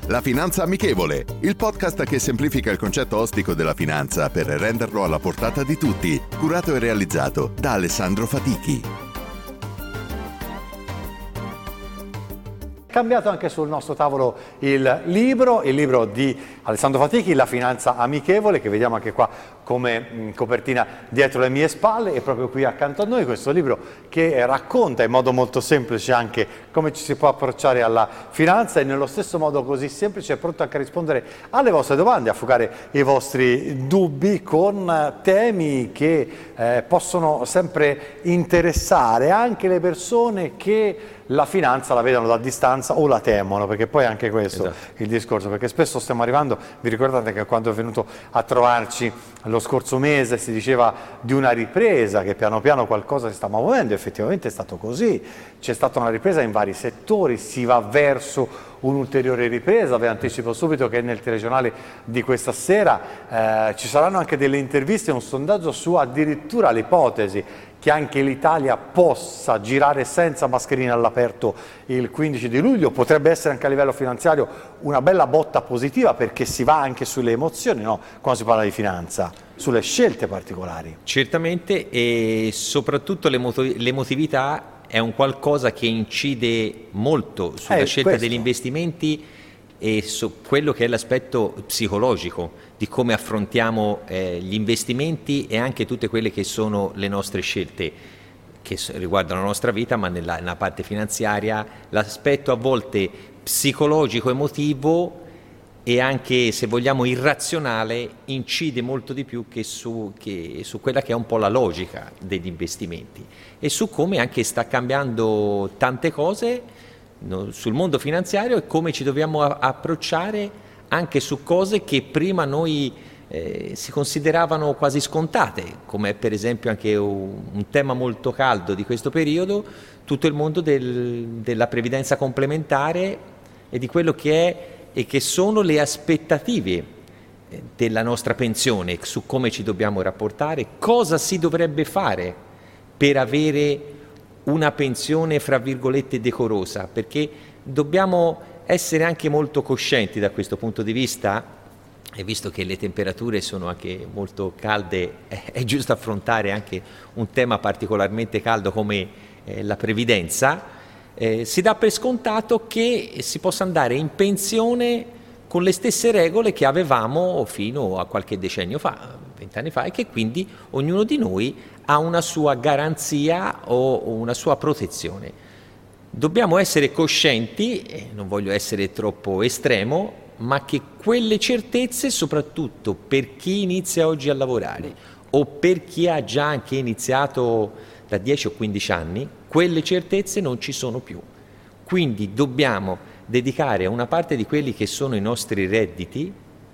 La Finanza Amichevole, il podcast che semplifica il concetto ostico della finanza per renderlo alla portata di tutti, curato e realizzato da Alessandro Fatichi. Cambiato anche sul nostro tavolo il libro di Alessandro Fatichi, La Finanza Amichevole, che vediamo anche qua come copertina dietro le mie spalle, e proprio qui accanto a noi questo libro che racconta in modo molto semplice anche come ci si può approcciare alla finanza, e nello stesso modo così semplice è pronto anche a rispondere alle vostre domande, a fugare i vostri dubbi con temi che possono sempre interessare anche le persone che la finanza la vedono da distanza o la temono, perché poi anche questo il discorso, perché spesso stiamo arrivando, vi ricordate che quando è venuto a trovarci lo scorso mese si diceva di una ripresa, che piano piano qualcosa si sta muovendo, effettivamente è stato così, c'è stata una ripresa in vari settori, si va verso un'ulteriore ripresa. Vi anticipo subito che nel telegiornale di questa sera ci saranno anche delle interviste e un sondaggio su addirittura l'ipotesi che anche l'Italia possa girare senza mascherine all'aperto il 15 di luglio. Potrebbe essere anche a livello finanziario una bella botta positiva, perché si va anche sulle emozioni, no? Quando si parla di finanza, sulle scelte particolari. Certamente, e soprattutto l'emotività è un qualcosa che incide molto sulla scelta degli investimenti e su quello che è l'aspetto psicologico di come affrontiamo gli investimenti e anche tutte quelle che sono le nostre scelte che riguardano la nostra vita, ma nella parte finanziaria l'aspetto a volte psicologico, emotivo e anche, se vogliamo, irrazionale incide molto di più che su quella che è un po' la logica degli investimenti e su come anche sta cambiando tante cose sul mondo finanziario e come ci dobbiamo approcciare anche su cose che prima noi si consideravano quasi scontate, come per esempio anche un tema molto caldo di questo periodo, tutto il mondo della previdenza complementare e di quello che è e che sono le aspettative della nostra pensione, su come ci dobbiamo rapportare, cosa si dovrebbe fare per avere una pensione fra virgolette decorosa, perché dobbiamo essere anche molto coscienti da questo punto di vista, e visto che le temperature sono anche molto calde, è giusto affrontare anche un tema particolarmente caldo come la previdenza. Si dà per scontato che si possa andare in pensione con le stesse regole che avevamo fino a qualche decennio fa, 20 anni fa, e che quindi ognuno di noi ha una sua garanzia o una sua protezione. Dobbiamo essere coscienti, e non voglio essere troppo estremo, ma che quelle certezze, soprattutto per chi inizia oggi a lavorare o per chi ha già anche iniziato da 10 o 15 anni, quelle certezze non ci sono più. Quindi dobbiamo dedicare una parte di quelli che sono i nostri redditi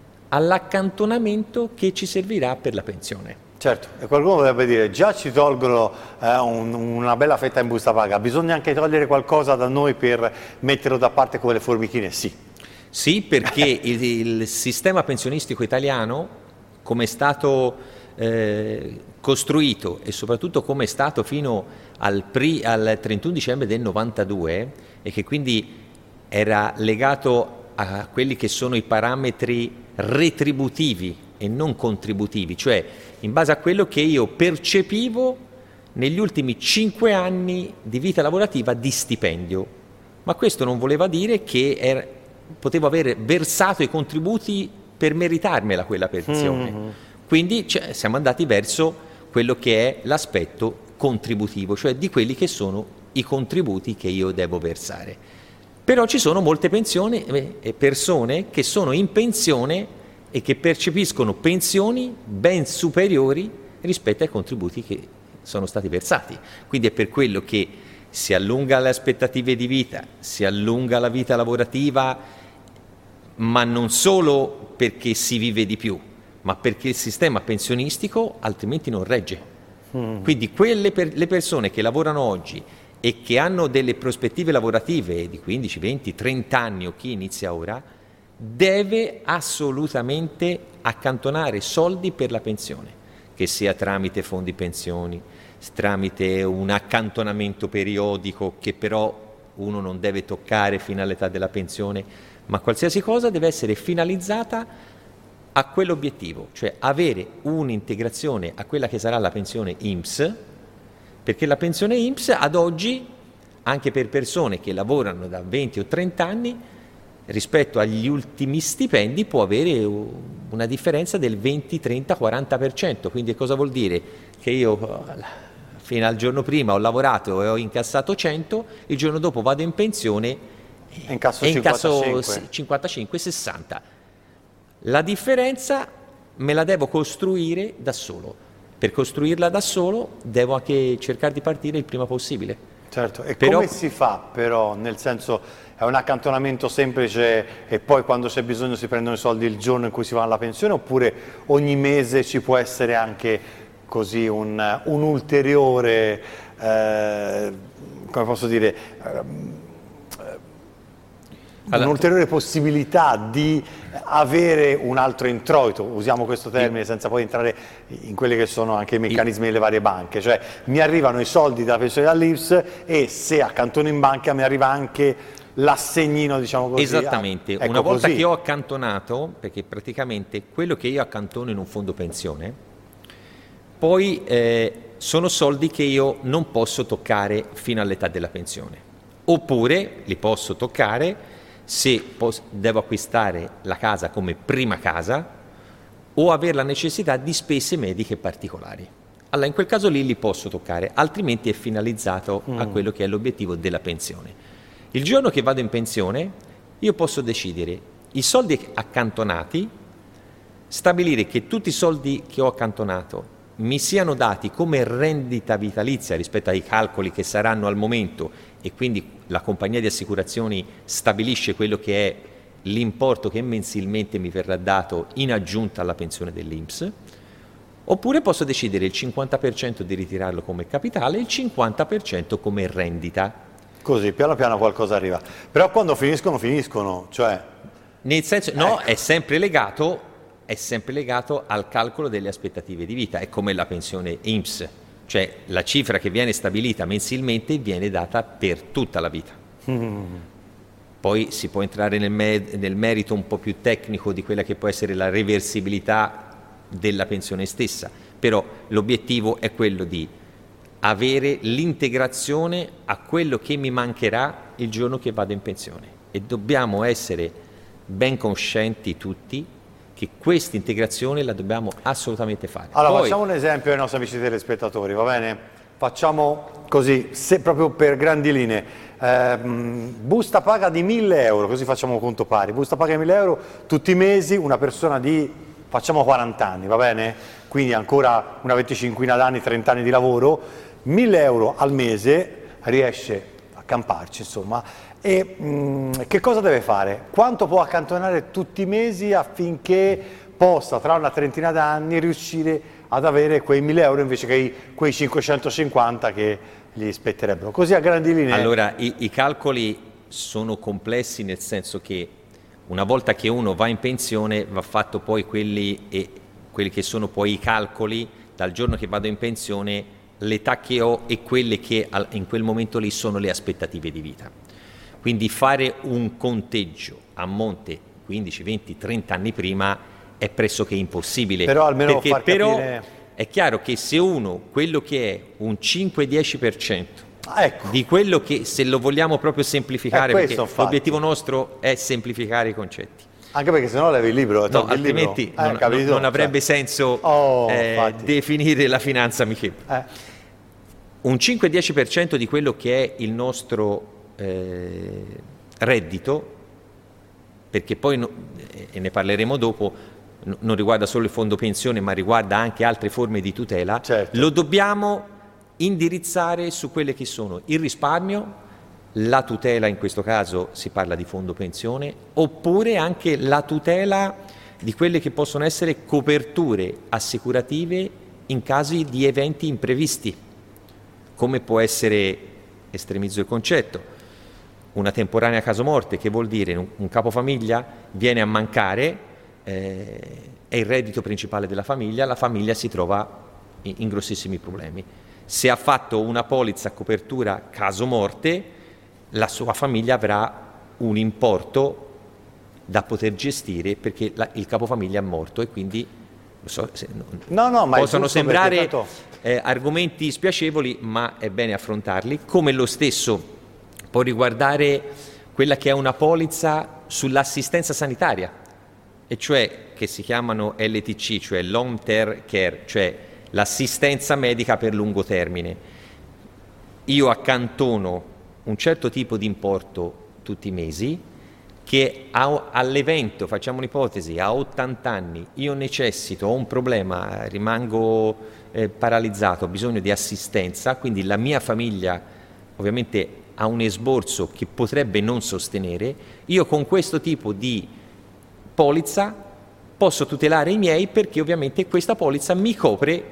all'accantonamento che ci servirà per la pensione. Certo, e qualcuno potrebbe dire, già ci tolgono una bella fetta in busta paga, bisogna anche togliere qualcosa da noi per metterlo da parte come le formichine? Sì, perché il sistema pensionistico italiano, come è stato costruito e soprattutto come è stato fino al 31 dicembre del 92, e che quindi era legato a quelli che sono i parametri retributivi e non contributivi, cioè in base a quello che io percepivo negli ultimi 5 anni di vita lavorativa di stipendio. Ma questo non voleva dire che potevo aver versato i contributi per meritarmela quella pensione. Quindi siamo andati verso quello che è l'aspetto contributivo, cioè di quelli che sono i contributi che io devo versare. Però ci sono molte persone che sono in pensione e che percepiscono pensioni ben superiori rispetto ai contributi che sono stati versati. Quindi è per quello che si allunga le aspettative di vita, si allunga la vita lavorativa, ma non solo perché si vive di più, ma perché il sistema pensionistico altrimenti non regge. Quindi le persone che lavorano oggi e che hanno delle prospettive lavorative di 15, 20, 30 anni o chi inizia ora, deve assolutamente accantonare soldi per la pensione, che sia tramite fondi pensioni, tramite un accantonamento periodico che però uno non deve toccare fino all'età della pensione, ma qualsiasi cosa deve essere finalizzata a quell'obiettivo, cioè avere un'integrazione a quella che sarà la pensione INPS, perché la pensione INPS ad oggi, anche per persone che lavorano da 20 o 30 anni, rispetto agli ultimi stipendi può avere una differenza del 20, 30, 40%. Quindi cosa vuol dire? Che io fino al giorno prima ho lavorato e ho incassato 100, il giorno dopo vado in pensione e incasso 55-60. La differenza me la devo costruire da solo. Per costruirla da solo devo anche cercare di partire il prima possibile. Certo, e come si fa però? Nel senso, è un accantonamento semplice e poi quando c'è bisogno si prendono i soldi il giorno in cui si va alla pensione, oppure ogni mese ci può essere anche così un ulteriore, come posso dire, un'ulteriore possibilità di avere un altro introito, usiamo questo termine senza poi entrare in quelli che sono anche i meccanismi delle varie banche, cioè mi arrivano i soldi dalla pensione dall'INPS e se accantono in banca mi arriva anche l'assegnino, diciamo così. Esattamente, ecco, una volta così. che ho accantonato, perché praticamente quello che io accantono in un fondo pensione, poi sono soldi che io non posso toccare fino all'età della pensione, oppure li posso toccare se devo acquistare la casa come prima casa o avere la necessità di spese mediche particolari. Allora in quel caso lì li posso toccare, altrimenti è finalizzato a quello che è l'obiettivo della pensione. Il giorno che vado in pensione io posso decidere i soldi accantonati, stabilire che tutti i soldi che ho accantonato mi siano dati come rendita vitalizia rispetto ai calcoli che saranno al momento, e quindi la compagnia di assicurazioni stabilisce quello che è l'importo che mensilmente mi verrà dato in aggiunta alla pensione dell'INPS, oppure posso decidere il 50% di ritirarlo come capitale e il 50% come rendita. Così, piano piano qualcosa arriva. Però quando finiscono, cioè... Nel senso, no, è sempre legato al calcolo delle aspettative di vita, è come la pensione INPS, cioè la cifra che viene stabilita mensilmente viene data per tutta la vita. Poi si può entrare nel merito un po' più tecnico di quella che può essere la reversibilità della pensione stessa, però l'obiettivo è quello di avere l'integrazione a quello che mi mancherà il giorno che vado in pensione, e dobbiamo essere ben coscienti tutti che questa integrazione la dobbiamo assolutamente fare. Allora, poi, facciamo un esempio ai nostri amici telespettatori, va bene? Facciamo così, proprio per grandi linee, busta paga di 1.000 euro, così facciamo conto pari, busta paga di 1.000 euro tutti i mesi, una persona di, facciamo 40 anni, va bene? Quindi ancora una 25 d'anni, 30 anni di lavoro, 1.000 euro al mese riesce a camparci, insomma. E che cosa deve fare? Quanto può accantonare tutti i mesi affinché possa tra una trentina d'anni riuscire ad avere quei 1.000 euro invece che quei 550 che gli spetterebbero? Così a grandi linee. Allora, i calcoli sono complessi, nel senso che una volta che uno va in pensione va fatto poi quelli che sono poi i calcoli dal giorno che vado in pensione, l'età che ho e quelle che in quel momento lì sono le aspettative di vita. Quindi fare un conteggio a monte 15, 20, 30 anni prima è pressoché impossibile. Però almeno perché però è chiaro che se uno, quello che è un 5-10% ecco, di quello che, se lo vogliamo proprio semplificare, perché infatti, l'obiettivo nostro è semplificare i concetti. Anche perché se no levi il libro, no, altrimenti non avrebbe senso definire la finanza amichevole. Un 5-10% di quello che è il nostro reddito, perché poi e ne parleremo dopo, non riguarda solo il fondo pensione ma riguarda anche altre forme di tutela, certo, lo dobbiamo indirizzare su quelle che sono il risparmio, la tutela, in questo caso si parla di fondo pensione, oppure anche la tutela di quelle che possono essere coperture assicurative in casi di eventi imprevisti, come può essere, estremizzo il concetto, una temporanea casomorte, che vuol dire un capofamiglia viene a mancare, è il reddito principale della famiglia, la famiglia si trova in grossissimi problemi. Se ha fatto una polizza a copertura casomorte, la sua famiglia avrà un importo da poter gestire perché il capofamiglia è morto e quindi ma possono sembrare argomenti spiacevoli, ma è bene affrontarli, come lo stesso può riguardare quella che è una polizza sull'assistenza sanitaria, e cioè che si chiamano LTC, cioè Long Term Care, cioè l'assistenza medica per lungo termine. Io accantono un certo tipo di importo tutti i mesi che all'evento, facciamo un'ipotesi, a 80 anni io necessito, ho un problema, rimango paralizzato, ho bisogno di assistenza, quindi la mia famiglia ovviamente ha un esborso che potrebbe non sostenere, io con questo tipo di polizza posso tutelare i miei perché ovviamente questa polizza mi copre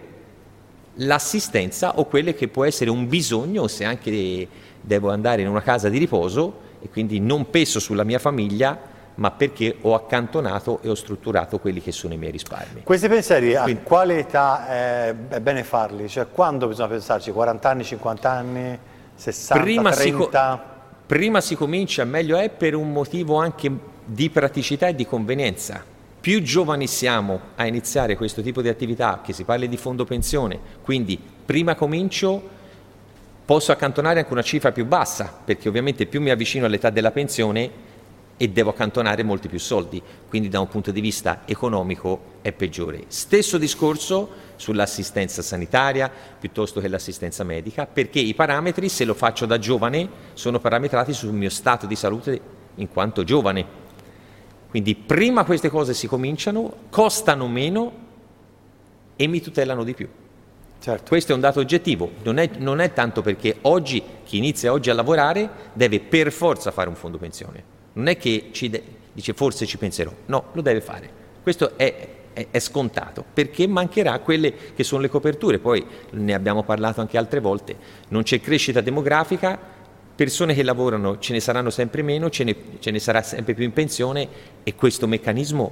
l'assistenza o quello che può essere un bisogno se anche devo andare in una casa di riposo e quindi non peso sulla mia famiglia, ma perché ho accantonato e ho strutturato quelli che sono i miei risparmi. Questi pensieri a quale età è bene farli? Cioè quando bisogna pensarci? 40 anni, 50 anni, 60, 30? Prima si comincia, meglio è, per un motivo anche di praticità e di convenienza. Più giovani siamo a iniziare questo tipo di attività, che si parli di fondo pensione, quindi prima comincio, posso accantonare anche una cifra più bassa, perché ovviamente più mi avvicino all'età della pensione e devo accantonare molti più soldi, quindi da un punto di vista economico è peggiore. Stesso discorso sull'assistenza sanitaria piuttosto che l'assistenza medica, perché i parametri, se lo faccio da giovane, sono parametrati sul mio stato di salute in quanto giovane. Quindi prima queste cose si cominciano, costano meno e mi tutelano di più. Certo. Questo è un dato oggettivo, non è tanto perché oggi, chi inizia oggi a lavorare deve per forza fare un fondo pensione. Non è che dice forse ci penserò, no, lo deve fare. Questo è scontato, perché mancherà quelle che sono le coperture. Poi ne abbiamo parlato anche altre volte, non c'è crescita demografica, persone che lavorano ce ne saranno sempre meno, ce ne sarà sempre più in pensione e questo meccanismo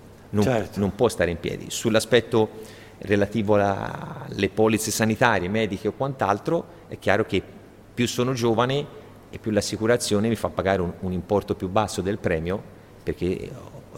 non può stare in piedi. Sull'aspetto relativo alle polizze sanitarie, mediche o quant'altro, è chiaro che più sono giovane e più l'assicurazione mi fa pagare un importo più basso del premio perché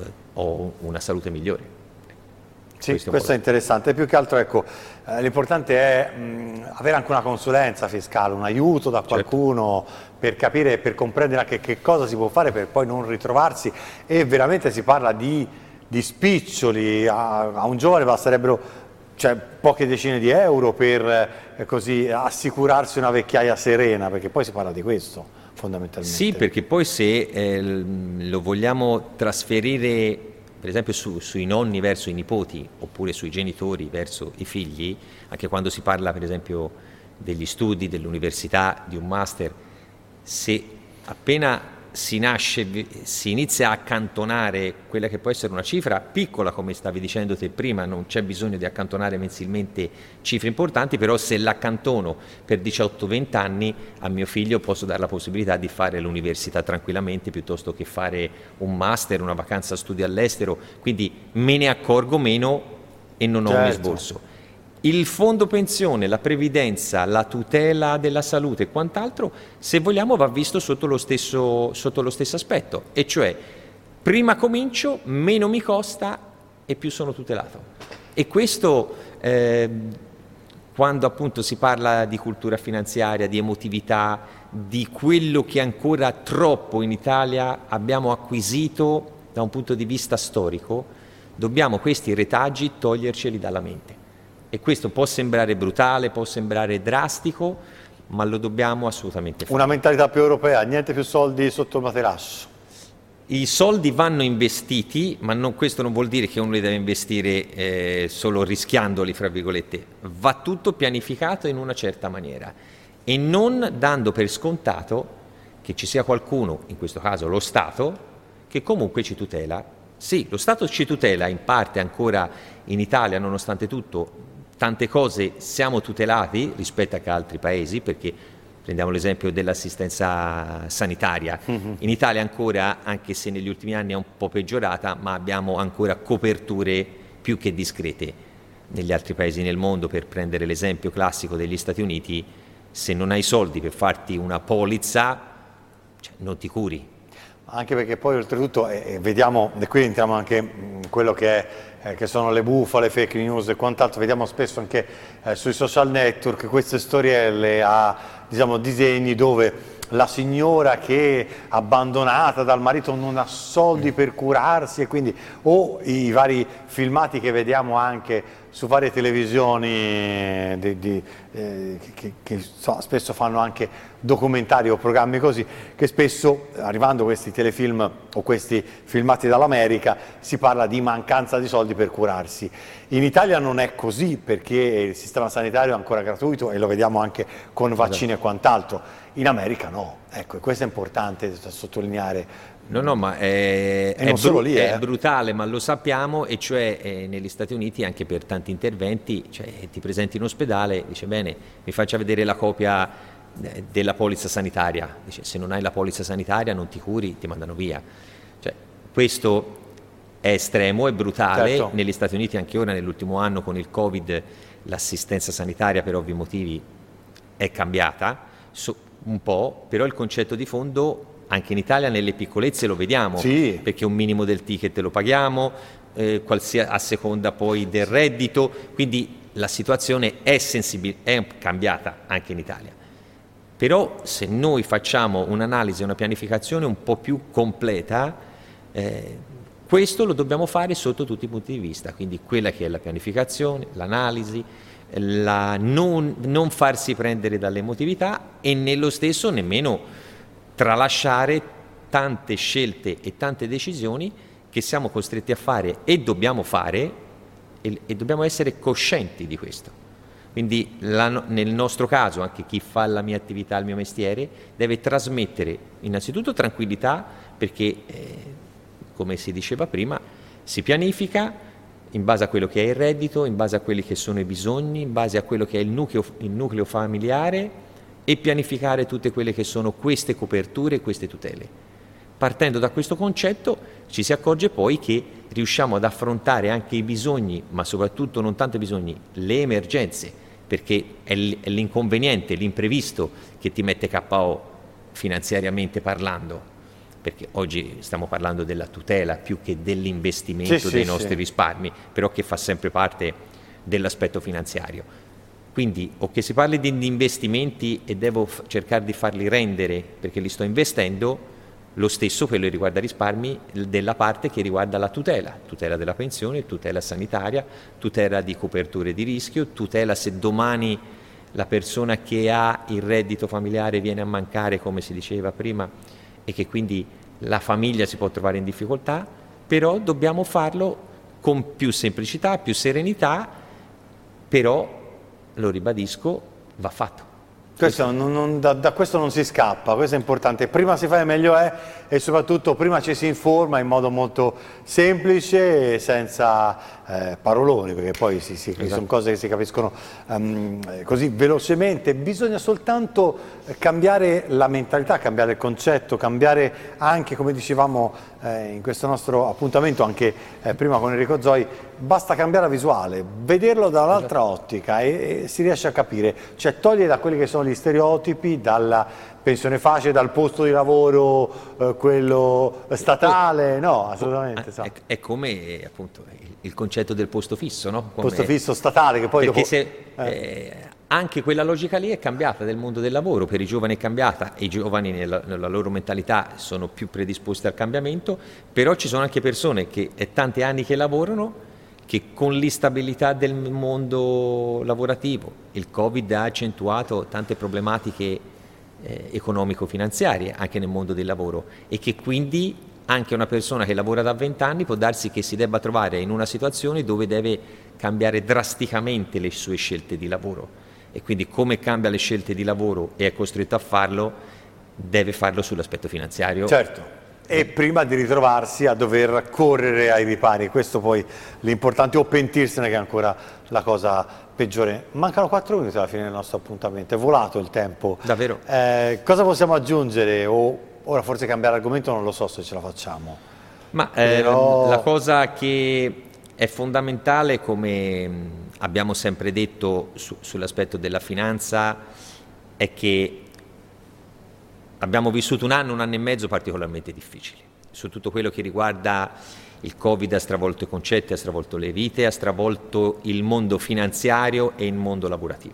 ho una salute migliore. Sì, questo è interessante. Più che altro, ecco, l'importante è avere anche una consulenza fiscale, un aiuto da qualcuno per capire e per comprendere anche che cosa si può fare per poi non ritrovarsi, e veramente si parla di spiccioli, a un giovane basterebbero poche decine di euro per così assicurarsi una vecchiaia serena, perché poi si parla di questo fondamentalmente. Sì, perché poi se lo vogliamo trasferire per esempio sui nonni verso i nipoti oppure sui genitori verso i figli, anche quando si parla per esempio degli studi, dell'università, di un master, se appena si nasce, si inizia a accantonare quella che può essere una cifra piccola, come stavi dicendo te prima, non c'è bisogno di accantonare mensilmente cifre importanti, però se l'accantono per 18-20 anni a mio figlio posso dare la possibilità di fare l'università tranquillamente piuttosto che fare un master, una vacanza studio all'estero, quindi me ne accorgo meno e non ho un esborso. Il fondo pensione, la previdenza, la tutela della salute e quant'altro, se vogliamo, va visto sotto lo stesso aspetto, e cioè prima comincio, meno mi costa e più sono tutelato. E questo, quando appunto si parla di cultura finanziaria, di emotività, di quello che ancora troppo in Italia abbiamo acquisito da un punto di vista storico, dobbiamo questi retaggi toglierceli dalla mente. E questo può sembrare brutale, può sembrare drastico, ma lo dobbiamo assolutamente fare. Una mentalità più europea, niente più soldi sotto il materasso. I soldi vanno investiti, ma questo non vuol dire che uno li deve investire solo rischiandoli, fra virgolette. Va tutto pianificato in una certa maniera e non dando per scontato che ci sia qualcuno, in questo caso lo Stato, che comunque ci tutela. Sì, lo Stato ci tutela in parte ancora in Italia, nonostante tutto. Tante cose siamo tutelati rispetto a altri paesi, perché prendiamo l'esempio dell'assistenza sanitaria. In Italia ancora, anche se negli ultimi anni è un po' peggiorata, ma abbiamo ancora coperture più che discrete. Negli altri paesi nel mondo, per prendere l'esempio classico degli Stati Uniti, se non hai soldi per farti una polizza, non ti curi. anche perché poi oltretutto vediamo, e qui entriamo anche in quello che sono le bufale, fake news e quant'altro, vediamo spesso anche sui social network queste storielle a, diciamo, disegni dove la signora che abbandonata dal marito non ha soldi per curarsi, e quindi, o i vari filmati che vediamo anche su varie televisioni che spesso fanno anche documentari o programmi così, che spesso, arrivando questi telefilm o questi filmati dall'America, si parla di mancanza di soldi per curarsi. In Italia non è così, perché il sistema sanitario è ancora gratuito e lo vediamo anche con vaccini e quant'altro. In America no, ecco, e questo è importante da sottolineare. No, ma è brutale, ma lo sappiamo, e cioè negli Stati Uniti anche per tanti interventi, cioè, ti presenti in ospedale, dice bene, mi faccia vedere la copia della polizza sanitaria, dice se non hai la polizza sanitaria non ti curi, ti mandano via. Cioè, questo è estremo, è brutale. Certo. Negli Stati Uniti anche ora, nell'ultimo anno con il Covid, l'assistenza sanitaria per ovvi motivi è cambiata un po', però il concetto di fondo anche in Italia nelle piccolezze lo vediamo, sì, perché un minimo del ticket lo paghiamo, a seconda poi del reddito, quindi la situazione è cambiata anche in Italia. Però se noi facciamo un'analisi, una pianificazione un po' più completa, questo lo dobbiamo fare sotto tutti i punti di vista, quindi quella che è la pianificazione, l'analisi, non farsi prendere dall'emotività e nello stesso nemmeno tralasciare tante scelte e tante decisioni che siamo costretti a fare e dobbiamo fare, e dobbiamo essere coscienti di questo. Quindi nel nostro caso anche chi fa la mia attività, il mio mestiere, deve trasmettere innanzitutto tranquillità, perché come si diceva prima si pianifica in base a quello che è il reddito, in base a quelli che sono i bisogni, in base a quello che è il nucleo familiare, e pianificare tutte quelle che sono queste coperture e queste tutele. Partendo da questo concetto ci si accorge poi che riusciamo ad affrontare anche i bisogni, ma soprattutto non tanto i bisogni, le emergenze, perché è l'inconveniente, l'imprevisto che ti mette KO finanziariamente parlando, perché oggi stiamo parlando della tutela più che dell'investimento dei nostri risparmi, però che fa sempre parte dell'aspetto finanziario. Quindi o che si parli di investimenti e devo cercare di farli rendere perché li sto investendo, lo stesso quello che riguarda i risparmi della parte che riguarda la tutela della pensione, tutela sanitaria, tutela di coperture di rischio, tutela se domani la persona che ha il reddito familiare viene a mancare, come si diceva prima, e che quindi la famiglia si può trovare in difficoltà, però dobbiamo farlo con più semplicità, più serenità, però lo ribadisco, va fatto. Questo da questo non si scappa, questo è importante. Prima si fa e meglio è, e soprattutto prima ci si informa in modo molto semplice, senza paroloni, perché poi sono cose che si capiscono così velocemente. Bisogna soltanto cambiare la mentalità, cambiare il concetto, cambiare anche, come dicevamo in questo nostro appuntamento anche prima con Enrico Zoi, basta cambiare la visuale, vederlo dall'altra ottica e si riesce a capire, cioè togliere da quelli che sono gli stereotipi, dalla pensione facile, dal posto di lavoro, quello statale, no, assolutamente. È come appunto il concetto del posto fisso, no? Posto fisso statale, che poi perché anche quella logica lì è cambiata del mondo del lavoro, per i giovani è cambiata, e i giovani nella loro mentalità sono più predisposti al cambiamento, però ci sono anche persone che è tanti anni che lavorano, che con l'instabilità del mondo lavorativo, il Covid ha accentuato tante problematiche economico-finanziarie anche nel mondo del lavoro, e che quindi anche una persona che lavora da 20 anni può darsi che si debba trovare in una situazione dove deve cambiare drasticamente le sue scelte di lavoro, e quindi come cambia le scelte di lavoro e è costretto a farlo, deve farlo sull'aspetto finanziario. Certo. E prima di ritrovarsi a dover correre ai ripari, questo poi l'importante, o pentirsene, che è ancora la cosa peggiore. Mancano 4 minuti alla fine del nostro appuntamento, è volato il tempo. Davvero. Cosa possiamo aggiungere? O ora forse cambiare argomento, non lo so se ce la facciamo. Ma però la cosa che è fondamentale, come abbiamo sempre detto sull'aspetto della finanza, è che abbiamo vissuto un anno e mezzo particolarmente difficili, su tutto quello che riguarda il Covid. Ha stravolto i concetti, ha stravolto le vite, ha stravolto il mondo finanziario e il mondo lavorativo.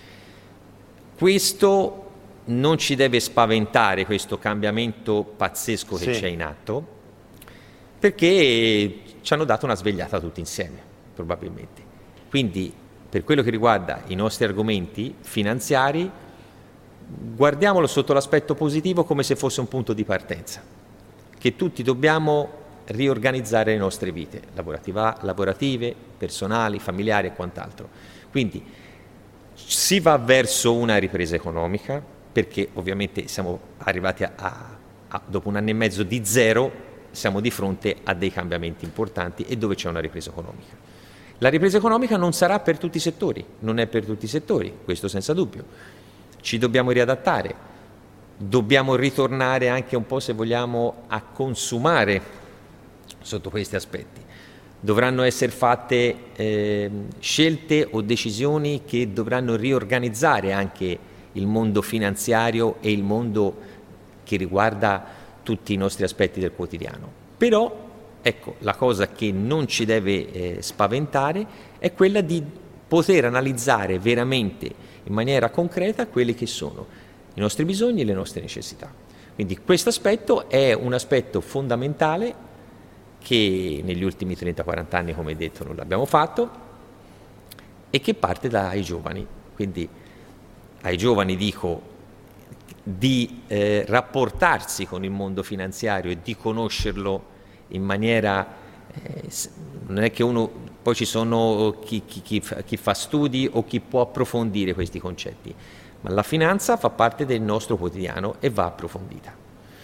Questo non ci deve spaventare, questo cambiamento pazzesco che c'è in atto, perché ci hanno dato una svegliata tutti insieme, probabilmente. Quindi, per quello che riguarda i nostri argomenti finanziari, guardiamolo sotto l'aspetto positivo, come se fosse un punto di partenza, che tutti dobbiamo riorganizzare le nostre vite lavorative, personali, familiari e quant'altro. Quindi si va verso una ripresa economica, perché ovviamente siamo arrivati dopo un anno e mezzo di zero, siamo di fronte a dei cambiamenti importanti e dove c'è una ripresa economica. La ripresa economica non sarà per tutti i settori, non è per tutti i settori, questo senza dubbio. Ci dobbiamo riadattare, dobbiamo ritornare anche un po', se vogliamo, a consumare sotto questi aspetti. Dovranno essere fatte scelte o decisioni che dovranno riorganizzare anche il mondo finanziario e il mondo che riguarda tutti i nostri aspetti del quotidiano. Però, ecco, la cosa che non ci deve spaventare è quella di poter analizzare veramente in maniera concreta quelli che sono i nostri bisogni e le nostre necessità. Quindi questo aspetto è un aspetto fondamentale che negli ultimi 30-40 anni, come detto, non l'abbiamo fatto e che parte dai giovani. Quindi ai giovani dico di rapportarsi con il mondo finanziario e di conoscerlo in maniera, non è che uno, poi ci sono chi fa studi o chi può approfondire questi concetti, ma la finanza fa parte del nostro quotidiano e va approfondita.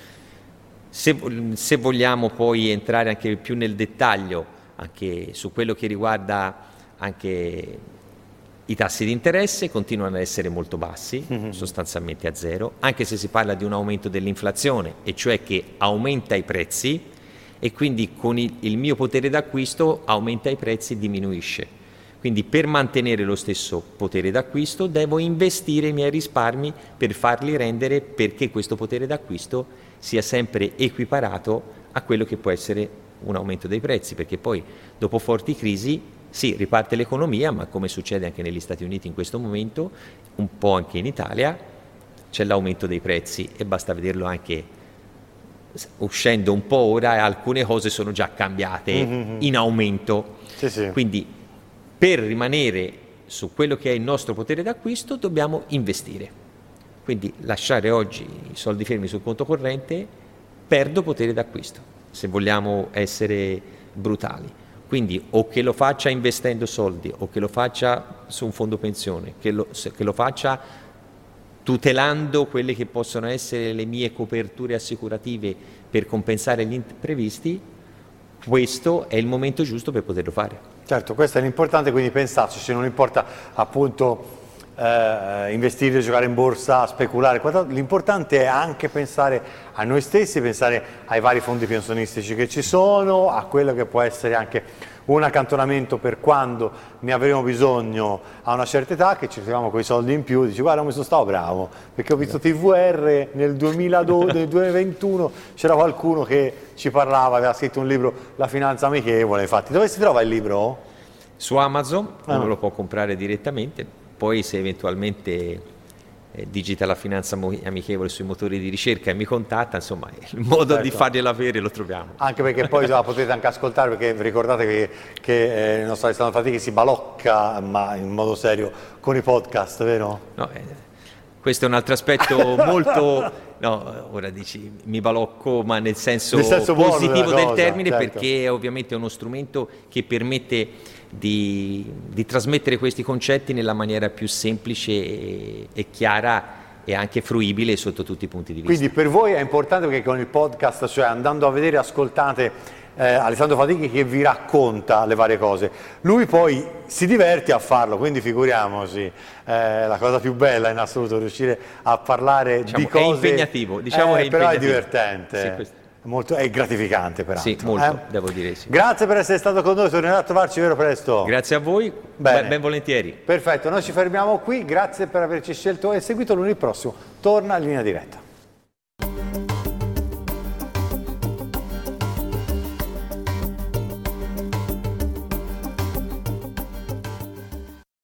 Se vogliamo poi entrare anche più nel dettaglio anche su quello che riguarda anche i tassi di interesse, continuano ad essere molto bassi, sostanzialmente a zero, anche se si parla di un aumento dell'inflazione, e cioè che aumenta i prezzi e quindi con il mio potere d'acquisto aumenta i prezzi e diminuisce. Quindi per mantenere lo stesso potere d'acquisto devo investire i miei risparmi per farli rendere, perché questo potere d'acquisto sia sempre equiparato a quello che può essere un aumento dei prezzi, perché poi dopo forti crisi sì, riparte l'economia, ma come succede anche negli Stati Uniti in questo momento, un po' anche in Italia, c'è l'aumento dei prezzi e basta vederlo anche uscendo un po' ora, e alcune cose sono già cambiate in aumento. Quindi per rimanere su quello che è il nostro potere d'acquisto dobbiamo investire. Quindi lasciare oggi i soldi fermi sul conto corrente, perdo potere d'acquisto, se vogliamo essere brutali. Quindi o che lo faccia investendo soldi, o che lo faccia su un fondo pensione, che lo faccia tutelando quelle che possono essere le mie coperture assicurative per compensare gli imprevisti, questo è il momento giusto per poterlo fare. Certo, questo è l'importante, quindi pensarci, se non importa appunto investire, giocare in borsa, speculare, l'importante è anche pensare a noi stessi, pensare ai vari fondi pensionistici che ci sono, a quello che può essere anche un accantonamento per quando ne avremo bisogno a una certa età, che ci troviamo con i soldi in più, dici guarda come sono stato bravo, perché ho visto TVR nel 2021, c'era qualcuno che ci parlava, aveva scritto un libro, La finanza amichevole. Infatti dove si trova il libro? Su Amazon, uno lo può comprare direttamente. Poi se eventualmente digita La finanza amichevole sui motori di ricerca e mi contatta, insomma il modo di farglielo avere lo troviamo. Anche perché poi la potete anche ascoltare, perché ricordate che il nostro Alessandro Fatichi si balocca, ma in modo serio, con i podcast, vero? No, questo è un altro aspetto molto... No, ora dici mi balocco, ma nel senso positivo del termine, certo. Perché è ovviamente uno strumento che permette di trasmettere questi concetti nella maniera più semplice e chiara e anche fruibile sotto tutti i punti di vista. Quindi per voi è importante, perché con il podcast, cioè andando a vedere, ascoltate Alessandro Fatichi che vi racconta le varie cose, lui poi si diverte a farlo, quindi figuriamoci, la cosa più bella in assoluto, riuscire a parlare, diciamo, di cose... È impegnativo, diciamo che è impegnativo. Però è divertente. Sì, è gratificante peraltro. Sì, molto, devo dire sì. Grazie per essere stato con noi, tornerà a trovarci vero presto. Grazie a voi, ben volentieri. Perfetto, noi ci fermiamo qui, grazie per averci scelto e seguito. Lunedì prossimo torna in linea diretta.